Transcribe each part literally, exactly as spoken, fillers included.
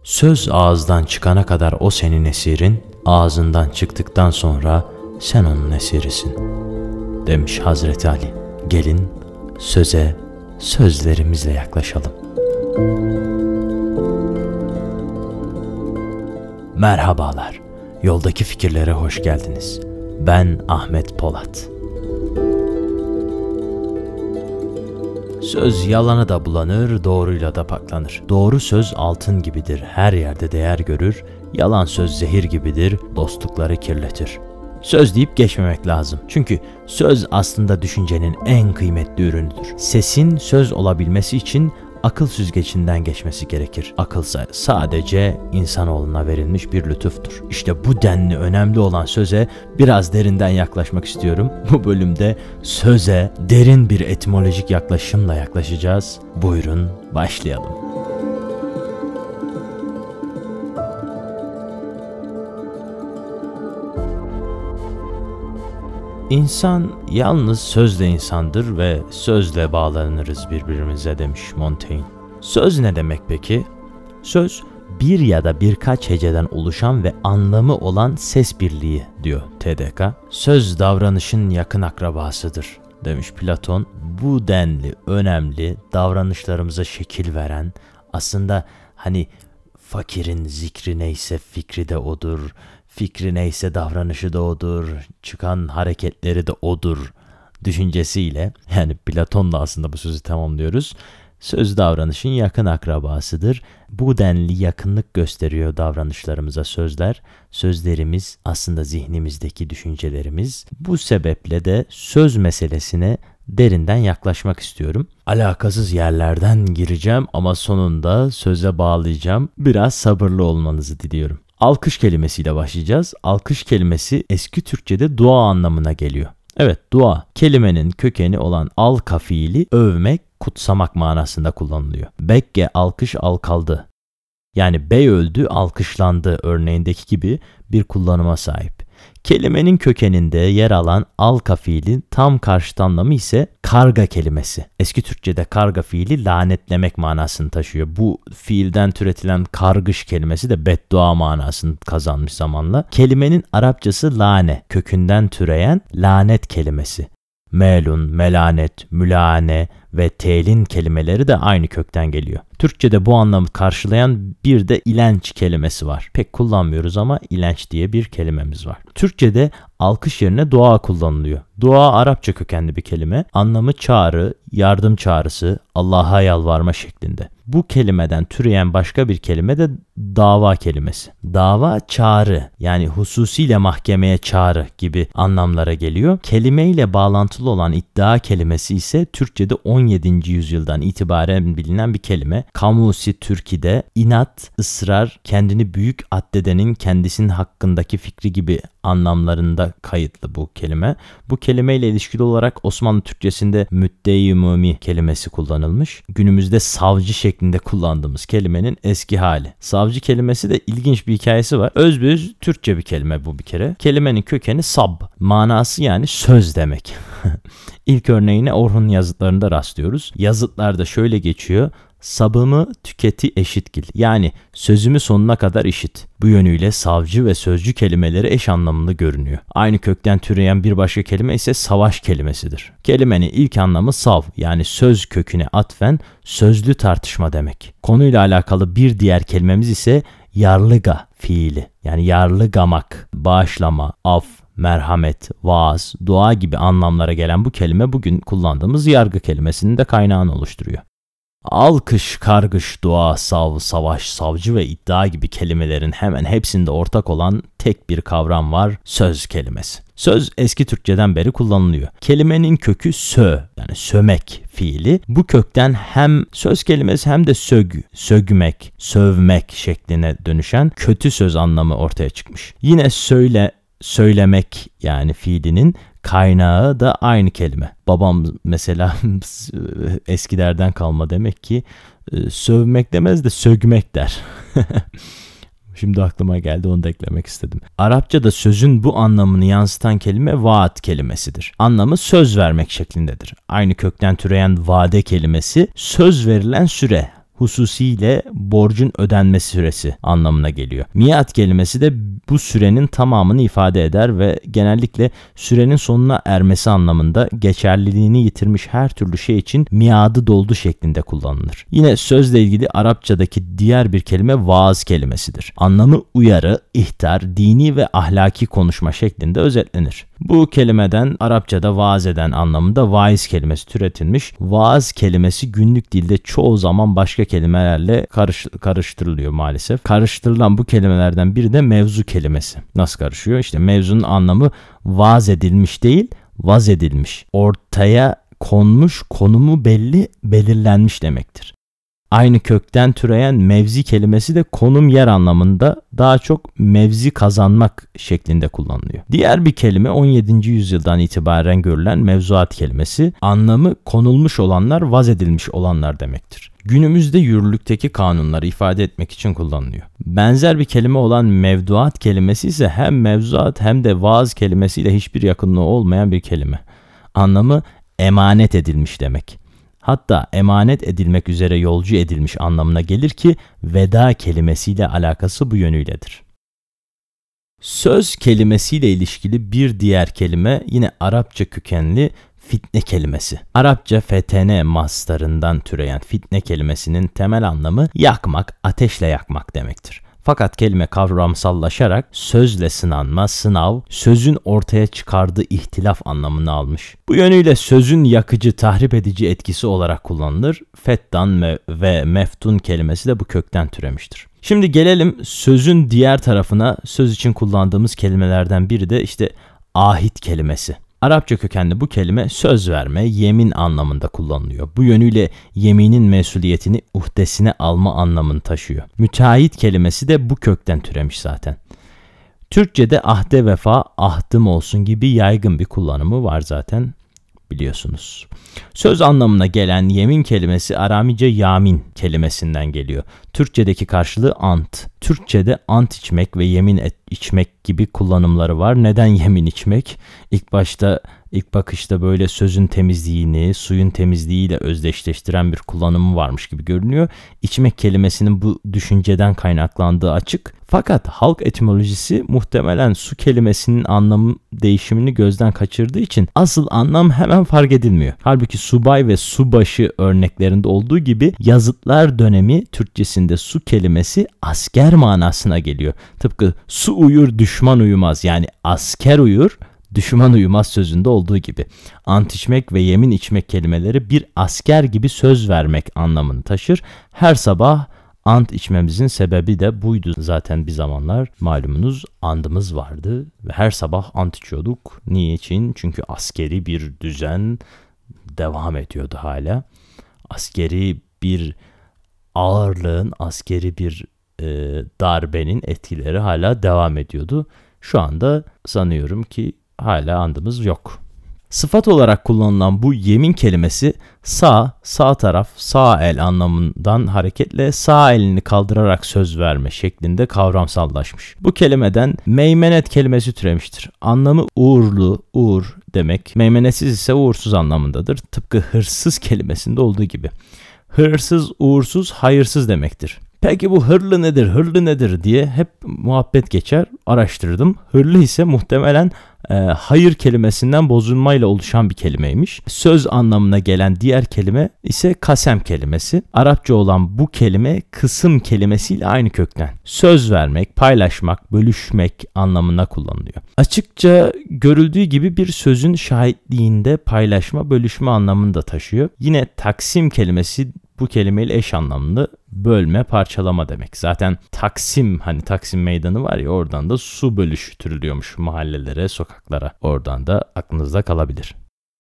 Söz ağızdan çıkana kadar o senin esirin, ağzından çıktıktan sonra sen onun esirisin, demiş Hazreti Ali. Gelin söze sözlerimizle yaklaşalım. Merhabalar, yoldaki fikirlere hoş geldiniz. Ben Ahmet Polat. Söz yalana da bulanır, doğruyla da paklanır. Doğru söz altın gibidir, her yerde değer görür. Yalan söz zehir gibidir, dostlukları kirletir. Söz deyip geçmemek lazım. Çünkü söz aslında düşüncenin en kıymetli ürünüdür. Sesin söz olabilmesi için akıl süzgecinden geçmesi gerekir. Akılsa sadece insanoğluna verilmiş bir lütuftur. İşte bu denli önemli olan söze biraz derinden yaklaşmak istiyorum. Bu bölümde söze derin bir etimolojik yaklaşımla yaklaşacağız. Buyurun başlayalım. İnsan yalnız sözle insandır ve sözle bağlanırız birbirimize, demiş Montaigne. Söz ne demek peki? Söz bir ya da birkaç heceden oluşan ve anlamı olan ses birliği, diyor T D K. Söz davranışın yakın akrabasıdır, demiş Platon. Bu denli önemli, davranışlarımıza şekil veren, aslında hani fakirin zikri neyse fikri de odur, fikri neyse davranışı da odur, çıkan hareketleri de odur düşüncesiyle, yani Platon'la aslında bu sözü tamamlıyoruz. Söz davranışın yakın akrabasıdır. Bu denli yakınlık gösteriyor davranışlarımıza sözler. Sözlerimiz aslında zihnimizdeki düşüncelerimiz. Bu sebeple de söz meselesine derinden yaklaşmak istiyorum. Alakasız yerlerden gireceğim ama sonunda söze bağlayacağım. Biraz sabırlı olmanızı diliyorum. Alkış kelimesiyle başlayacağız. Alkış kelimesi eski Türkçe'de dua anlamına geliyor. Evet, dua. Kelimenin kökeni olan alka fiili övmek, kutsamak manasında kullanılıyor. Bekke alkış alkaldı. Yani bey öldü, alkışlandı örneğindeki gibi bir kullanıma sahip. Kelimenin kökeninde yer alan alka fiili tam karşıt anlamı ise karga kelimesi. Eski Türkçe'de karga fiili lanetlemek manasını taşıyor. Bu fiilden türetilen kargış kelimesi de beddua manasını kazanmış zamanla. Kelimenin Arapçası lane, kökünden türeyen lanet kelimesi. Melun, melanet, mülane ve telin kelimeleri de aynı kökten geliyor. Türkçe'de bu anlamı karşılayan bir de ilenç kelimesi var. Pek kullanmıyoruz ama ilenç diye bir kelimemiz var. Türkçe'de alkış yerine dua kullanılıyor. Dua Arapça kökenli bir kelime. Anlamı çağrı, yardım çağrısı, Allah'a yalvarma şeklinde. Bu kelimeden türeyen başka bir kelime de dava kelimesi. Dava çağrı, yani hususiyle mahkemeye çağrı gibi anlamlara geliyor. Kelimeyle bağlantılı olan iddia kelimesi ise Türkçe'de on yedinci yüzyıldan itibaren bilinen bir kelime. Kamusi Türki'de inat, ısrar, kendini büyük addedenin kendisinin hakkındaki fikri gibi anlamlarında kayıtlı bu kelime. Bu kelimeyle ilişkili olarak Osmanlı Türkçesinde müddei umumi kelimesi kullanılmış. Günümüzde savcı şeklinde kullandığımız kelimenin eski hali. Savcı kelimesi de ilginç bir hikayesi var. Özbeöz Türkçe bir kelime bu bir kere. Kelimenin kökeni sab. Manası yani söz demek. İlk örneğine Orhun yazıtlarında rastlıyoruz. Yazıtlarda şöyle geçiyor. Sabımı tüketi eşitgil. Yani sözümü sonuna kadar işit. Bu yönüyle savcı ve sözcü kelimeleri eş anlamlı görünüyor. Aynı kökten türeyen bir başka kelime ise savaş kelimesidir. Kelimenin ilk anlamı sav, yani söz köküne atfen sözlü tartışma demek. Konuyla alakalı bir diğer kelimemiz ise yarlıga fiili. Yani yarlıgamak, bağışlama, af, merhamet, vaaz, dua gibi anlamlara gelen bu kelime bugün kullandığımız yargı kelimesinin de kaynağını oluşturuyor. Alkış, kargış, dua, sav, savaş, savcı ve iddia gibi kelimelerin hemen hepsinde ortak olan tek bir kavram var: söz kelimesi. Söz eski Türkçeden beri kullanılıyor. Kelimenin kökü sö, yani sömek fiili. Bu kökten hem söz kelimesi hem de sög, sögmek, sövmek şekline dönüşen kötü söz anlamı ortaya çıkmış. Yine söyle, söylemek yani fiilinin kaynağı da aynı kelime. Babam mesela eskilerden kalma, demek ki sövmek demez de sögmek der. Şimdi aklıma geldi, onu da eklemek istedim. Arapçada sözün bu anlamını yansıtan kelime vaat kelimesidir. Anlamı söz vermek şeklindedir. Aynı kökten türeyen vade kelimesi söz verilen süre, hususiyle borcun ödenme süresi anlamına geliyor. Miat kelimesi de bu sürenin tamamını ifade eder ve genellikle sürenin sonuna ermesi anlamında geçerliliğini yitirmiş her türlü şey için miadı doldu şeklinde kullanılır. Yine sözle ilgili Arapçadaki diğer bir kelime vaaz kelimesidir. Anlamı uyarı, ihtar, dini ve ahlaki konuşma şeklinde özetlenir. Bu kelimeden Arapçada vaaz eden anlamında vaiz kelimesi türetilmiş. Vaaz kelimesi günlük dilde çoğu zaman başka kelimelerle karış, karıştırılıyor maalesef. Karıştırılan bu kelimelerden biri de mevzu kelimesi. Nasıl karışıyor? İşte mevzunun anlamı vaaz edilmiş değil, vaz edilmiş. Ortaya konmuş, konumu belli, belirlenmiş demektir. Aynı kökten türeyen mevzi kelimesi de konum yer anlamında daha çok mevzi kazanmak şeklinde kullanılıyor. Diğer bir kelime on yedinci yüzyıldan itibaren görülen mevzuat kelimesi, anlamı konulmuş olanlar, vaz edilmiş olanlar demektir. Günümüzde yürürlükteki kanunları ifade etmek için kullanılıyor. Benzer bir kelime olan mevduat kelimesi ise hem mevzuat hem de vaaz kelimesiyle hiçbir yakınlığı olmayan bir kelime. Anlamı emanet edilmiş demek. Hatta emanet edilmek üzere yolcu edilmiş anlamına gelir ki veda kelimesiyle alakası bu yönüyledir. Söz kelimesiyle ilişkili bir diğer kelime yine Arapça kökenli fitne kelimesi. Arapça fetene mastarından türeyen fitne kelimesinin temel anlamı yakmak, ateşle yakmak demektir. Fakat kelime kavramsallaşarak sözle sınanma, sınav, sözün ortaya çıkardığı ihtilaf anlamını almış. Bu yönüyle sözün yakıcı, tahrip edici etkisi olarak kullanılır. Fettan ve meftun kelimesi de bu kökten türemiştir. Şimdi gelelim sözün diğer tarafına. Söz için kullandığımız kelimelerden biri de işte ahit kelimesi. Arapça kökenli bu kelime söz verme, yemin anlamında kullanılıyor. Bu yönüyle yeminin mesuliyetini uhdesine alma anlamını taşıyor. Müteahhit kelimesi de bu kökten türemiş zaten. Türkçe'de ahde vefa, ahdım olsun gibi yaygın bir kullanımı var zaten, biliyorsunuz. Söz anlamına gelen yemin kelimesi Aramice yamin kelimesinden geliyor. Türkçedeki karşılığı ant. Türkçede ant içmek ve yemin et, içmek gibi kullanımları var. Neden yemin içmek? İlk başta, ilk bakışta böyle sözün temizliğini, suyun temizliğiyle özdeşleştiren bir kullanımı varmış gibi görünüyor. İçmek kelimesinin bu düşünceden kaynaklandığı açık. Fakat halk etimolojisi muhtemelen su kelimesinin anlamı değişimini gözden kaçırdığı için asıl anlam hemen fark edilmiyor. Halbuki subay ve subaşı örneklerinde olduğu gibi yazıtlar dönemi Türkçesinde su kelimesi asker manasına geliyor. Tıpkı su uyur düşman uyumaz, yani asker uyur düşman uyumaz sözünde olduğu gibi. Ant içmek ve yemin içmek kelimeleri bir asker gibi söz vermek anlamını taşır. Her sabah ant içmemizin sebebi de buydu zaten, bir zamanlar malumunuz andımız vardı ve her sabah ant içiyorduk. Niçin? Çünkü askeri bir düzen devam ediyordu hala. Askeri bir ağırlığın, askeri bir e, darbenin etkileri hala devam ediyordu. Şu anda sanıyorum ki hala andımız yok. Sıfat olarak kullanılan bu yemin kelimesi sağ, sağ taraf, sağ el anlamından hareketle sağ elini kaldırarak söz verme şeklinde kavramsallaşmış. Bu kelimeden meymenet kelimesi türemiştir. Anlamı uğurlu, uğur demek. Meymenetsiz ise uğursuz anlamındadır. Tıpkı hırsız kelimesinde olduğu gibi. Hırsız, uğursuz, hayırsız demektir. Peki bu hırlı nedir, hırlı nedir diye hep muhabbet geçer, araştırdım. Hırlı ise muhtemelen e, hayır kelimesinden bozulmayla oluşan bir kelimeymiş. Söz anlamına gelen diğer kelime ise kasem kelimesi. Arapça olan bu kelime kısım kelimesiyle aynı kökten. Söz vermek, paylaşmak, bölüşmek anlamına kullanılıyor. Açıkça görüldüğü gibi bir sözün şahitliğinde paylaşma, bölüşme anlamını da taşıyor. Yine taksim kelimesi bu kelimeyle eş anlamlı, bölme, parçalama demek. Zaten Taksim, hani Taksim Meydanı var ya, oradan da su bölüştürülüyormuş mahallelere, sokaklara. Oradan da aklınızda kalabilir.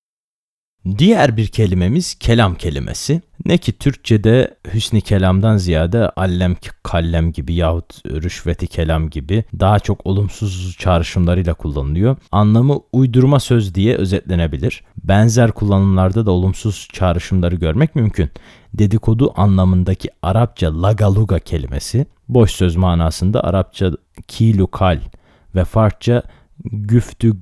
Diğer bir kelimemiz kelam kelimesi. Ne ki Türkçe'de hüsn-i kelamdan ziyade allem kallem gibi yahut rüşveti kelam gibi daha çok olumsuz çağrışımlarıyla kullanılıyor. Anlamı uydurma söz diye özetlenebilir. Benzer kullanımlarda da olumsuz çağrışımları görmek mümkün. Dedikodu anlamındaki Arapça lagaluga kelimesi, boş söz manasında Arapça kilukal ve Farsça güftügü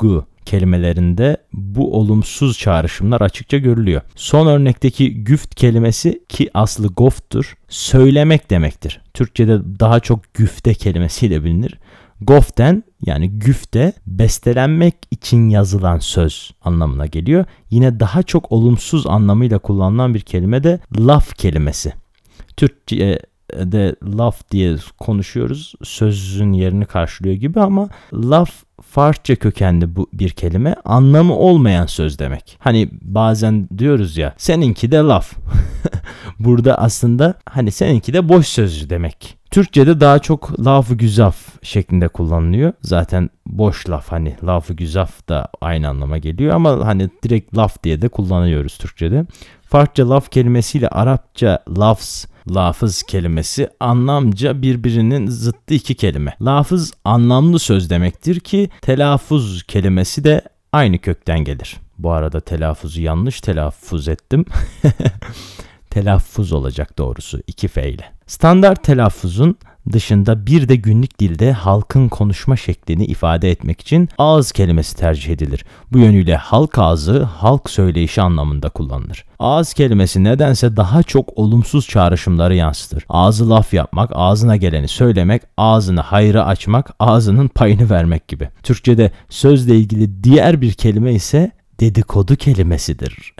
kelimelerinde bu olumsuz çağrışımlar açıkça görülüyor. Son örnekteki güft kelimesi, ki aslı gofttur, söylemek demektir. Türkçe'de daha çok güfte kelimesiyle bilinir. Goften yani güfte bestelenmek için yazılan söz anlamına geliyor. Yine daha çok olumsuz anlamıyla kullanılan bir kelime de laf kelimesi. Türkçe'de laf diye konuşuyoruz, sözün yerini karşılıyor gibi ama laf Farsça kökenli bu bir kelime, anlamı olmayan söz demek. Hani bazen diyoruz ya, seninki de laf. Burada aslında hani seninki de boş söz demek. Türkçe'de daha çok laf-ı güzaf şeklinde kullanılıyor. Zaten boş laf, hani laf-ı güzaf da aynı anlama geliyor ama hani direkt laf diye de kullanıyoruz Türkçe'de. Farsça laf kelimesiyle Arapça lafz, lafız kelimesi anlamca birbirinin zıttı iki kelime. Lafız anlamlı söz demektir ki telaffuz kelimesi de aynı kökten gelir. Bu arada telaffuzu yanlış telaffuz ettim. Telaffuz olacak doğrusu, iki fe ile. Standart telaffuzun dışında bir de günlük dilde halkın konuşma şeklini ifade etmek için ağız kelimesi tercih edilir. Bu yönüyle halk ağzı, halk söyleyişi anlamında kullanılır. Ağız kelimesi nedense daha çok olumsuz çağrışımları yansıtır. Ağzı laf yapmak, ağzına geleni söylemek, ağzını hayra açmak, ağzının payını vermek gibi. Türkçe'de sözle ilgili diğer bir kelime ise dedikodu kelimesidir.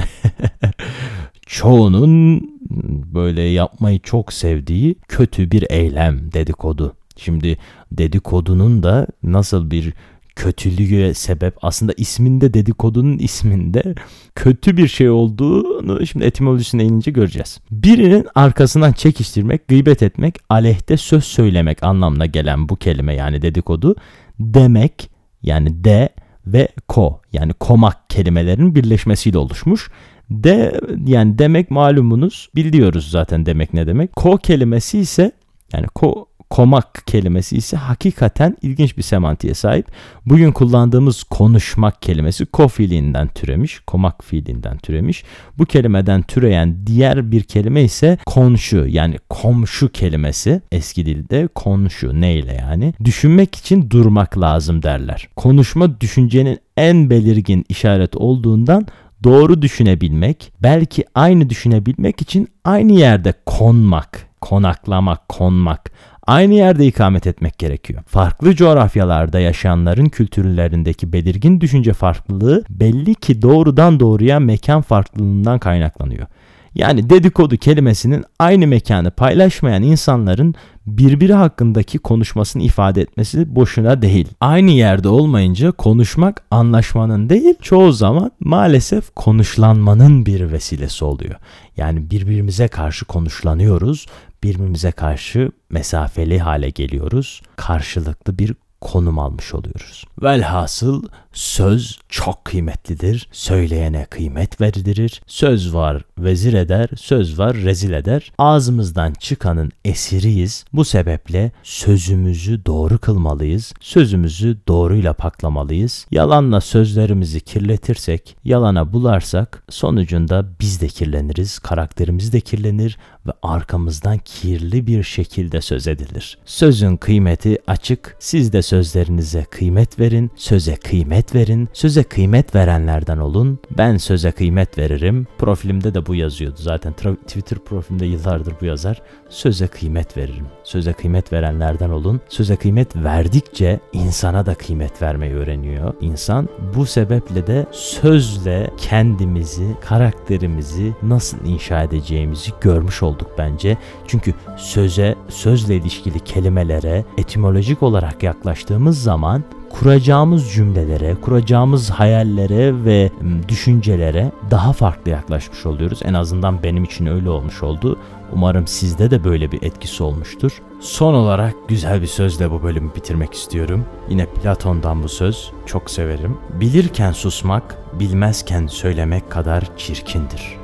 Çoğunun böyle yapmayı çok sevdiği kötü bir eylem dedikodu. Şimdi dedikodunun da nasıl bir kötülüğe sebep, aslında isminde, dedikodunun isminde kötü bir şey olduğunu şimdi etimolojisine inince göreceğiz. Birinin arkasından çekiştirmek, gıybet etmek, aleyhte söz söylemek anlamına gelen bu kelime yani dedikodu, demek yani de ve ko yani komak kelimelerin birleşmesiyle oluşmuş. De yani demek malumunuz, biliyoruz zaten demek ne demek. Ko kelimesi ise yani ko, komak kelimesi ise hakikaten ilginç bir semantiğe sahip. Bugün kullandığımız konuşmak kelimesi ko fiilinden türemiş, komak fiilinden türemiş. Bu kelimeden türeyen diğer bir kelime ise konşu yani komşu kelimesi. Eski dilde konşu neyle yani? Düşünmek için durmak lazım derler. Konuşma düşüncenin en belirgin işareti olduğundan doğru düşünebilmek, belki aynı düşünebilmek için aynı yerde konmak, konaklamak, konmak, aynı yerde ikamet etmek gerekiyor. Farklı coğrafyalarda yaşayanların kültürlerindeki belirgin düşünce farklılığı belli ki doğrudan doğruya mekan farklılığından kaynaklanıyor. Yani dedikodu kelimesinin aynı mekanı paylaşmayan insanların birbiri hakkındaki konuşmasını ifade etmesi boşuna değil. Aynı yerde olmayınca konuşmak anlaşmanın değil, çoğu zaman maalesef konuşlanmanın bir vesilesi oluyor. Yani birbirimize karşı konuşlanıyoruz, birbirimize karşı mesafeli hale geliyoruz, karşılıklı bir konum almış oluyoruz. Velhasıl söz çok kıymetlidir. Söyleyene kıymet verilir. Söz var vezir eder, söz var rezil eder. Ağzımızdan çıkanın esiriyiz. Bu sebeple sözümüzü doğru kılmalıyız. Sözümüzü doğruyla paklamalıyız. Yalanla sözlerimizi kirletirsek, yalana bularsak sonucunda biz de kirleniriz, karakterimiz de kirlenir ve arkamızdan kirli bir şekilde söz edilir. Sözün kıymeti açık. Siz de sözlerinize kıymet verin, söze kıymet verin, söze kıymet verenlerden olun. Ben söze kıymet veririm. Profilimde de bu yazıyordu zaten. Twitter profilimde yıllardır bu yazar. Söze kıymet veririm. Söze kıymet verenlerden olun. Söze kıymet verdikçe insana da kıymet vermeyi öğreniyor insan. Bu sebeple de sözle kendimizi, karakterimizi nasıl inşa edeceğimizi görmüş olduk bence. Çünkü söze, sözle ilişkili kelimelere etimolojik olarak yaklaştığımız zaman kuracağımız cümlelere, kuracağımız hayallere ve düşüncelere daha farklı yaklaşmış oluyoruz. En azından benim için öyle olmuş oldu. Umarım sizde de böyle bir etkisi olmuştur. Son olarak güzel bir sözle bu bölümü bitirmek istiyorum. Yine Platon'dan bu söz, çok severim. Bilirken susmak, bilmezken söylemek kadar çirkindir.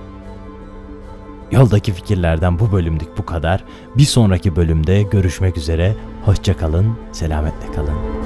Yoldaki fikirlerden bu bölümlük bu kadar. Bir sonraki bölümde görüşmek üzere. Hoşça kalın, selametle kalın.